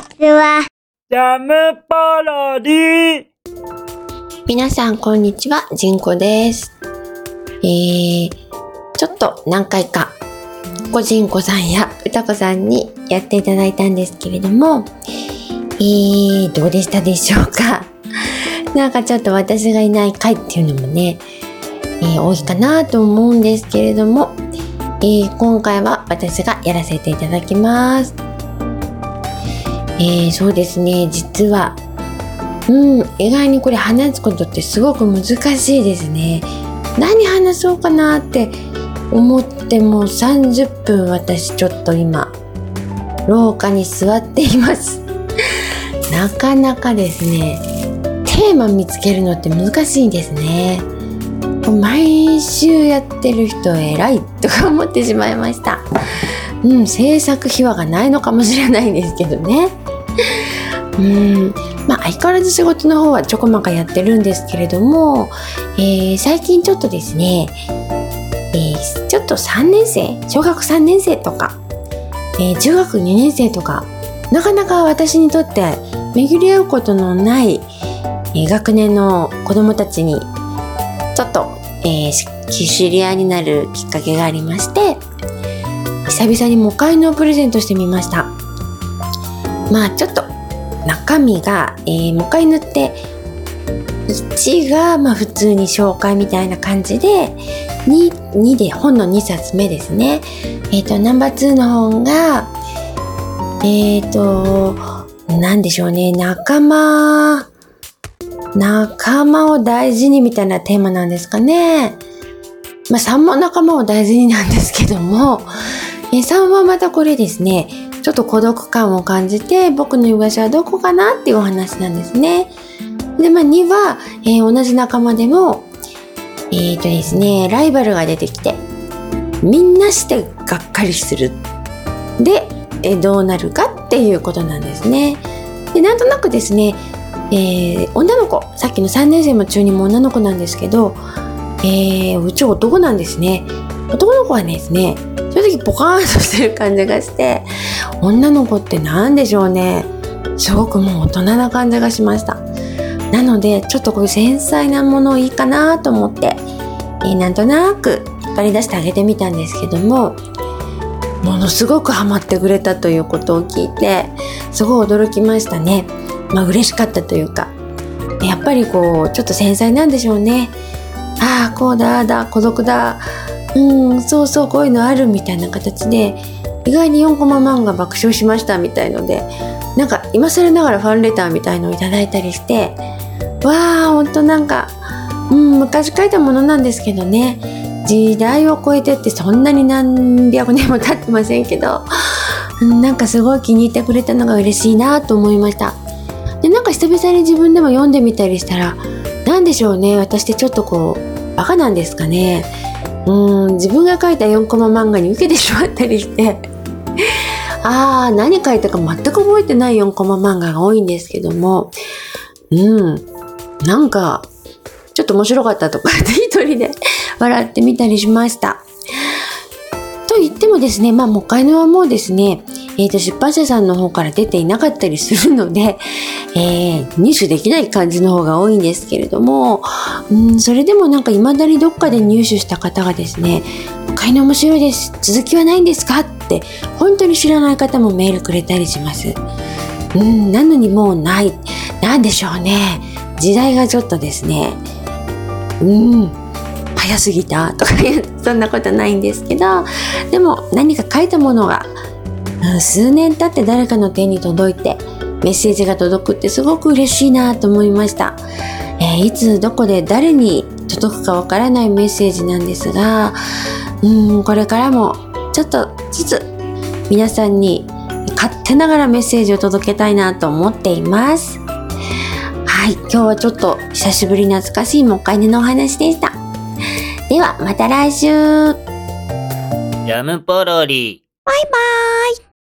ちは。 ジャムパロディ。 皆さんこんにちは、じんこです。ちょっと何回かごじんこさんやうたこさんにやっていただいたんですけれども、どうでしたでしょうか。なんかちょっと私がいない回っていうのもね、多いかなと思うんですけれども、今回は私がやらせていただきます。そうですね、実は意外にこれ話すことってすごく難しいですね。何話そうかなって思っても30分私ちょっと今廊下に座っています。なかなかですね、テーマ見つけるのって難しいんですね。毎週やってる人偉いとか思ってしまいました。制作秘話がないのかもしれないんですけどね。相変わらず仕事の方はちょこまかやってるんですけれども、最近ちょっとですね、ちょっと3年生、小学3年生とか、中学2年生とか、なかなか私にとって巡り合うことのない、学年の子どもたちにちょっと、知り合いになるきっかけがありまして、久々に模会のプレゼントしてみました。ちょっと中身が、模会塗って1が普通に紹介みたいな感じで 2で本の2冊目ですね。ナンバー2の本がなんでしょうね、仲間を大事にみたいなテーマなんですかね。3も仲間を大事になんですけども、3はまたこれですね、ちょっと孤独感を感じて僕の居場所はどこかなっていうお話なんですね。で、2は、同じ仲間でもですね、ライバルが出てきてみんなしてがっかりするで、どうなるかっていうことなんですね。で、なんとなくですね、女の子、さっきの3年生も中2も女の子なんですけど、うち男なんですね。男の子はですね、正直ポカーンとしてる感じがして、女の子ってなんでしょうね、すごくもう大人な感じがしました。なのでちょっとこういう繊細なものいいかなと思って、なんとなく引っ張り出してあげてみたんですけども、ものすごくハマってくれたということを聞いてすごい驚きましたね。嬉しかったというか、やっぱりこうちょっと繊細なんでしょうね。ああこうだあだ孤独だ、そうそうこういうのあるみたいな形で、意外に4コマ漫画爆笑しましたみたいので、なんか今更ながらファンレターみたいのをいただいたりして、わあほんとなんか、昔書いたものなんですけどね、時代を超えてってそんなに何百年も経ってませんけど、なんかすごい気に入ってくれたのが嬉しいなと思いました。で、なんか久々に自分でも読んでみたりしたら、なんでしょうね、私ってちょっとこうバカなんですかね。自分が書いた4コマ漫画に受けてしまったりして何書いたか全く覚えてない4コマ漫画が多いんですけども、なんかちょっと面白かったとかって一人で笑ってみたりしました。と言ってもですね、模会のはもうですね、出版社さんの方から出ていなかったりするので、入手できない感じの方が多いんですけれども、それでもなんか未だにどっかで入手した方がですね、会の面白いです、続きはないんですかって本当に知らない方もメールくれたりします。なのにもうない、なんでしょうね、時代がちょっとですね、早すぎたとかそんなことないんですけど、でも何か書いたものが数年経って誰かの手に届いてメッセージが届くってすごく嬉しいなと思いました。いつどこで誰に届くかわからないメッセージなんですが、これからもちょっとずつ皆さんに勝手ながらメッセージを届けたいなと思っています。はい、今日はちょっと久しぶり懐かしいもっかいねのお話でした。ではまた来週。 ジャムパロディ。 バイバーイ。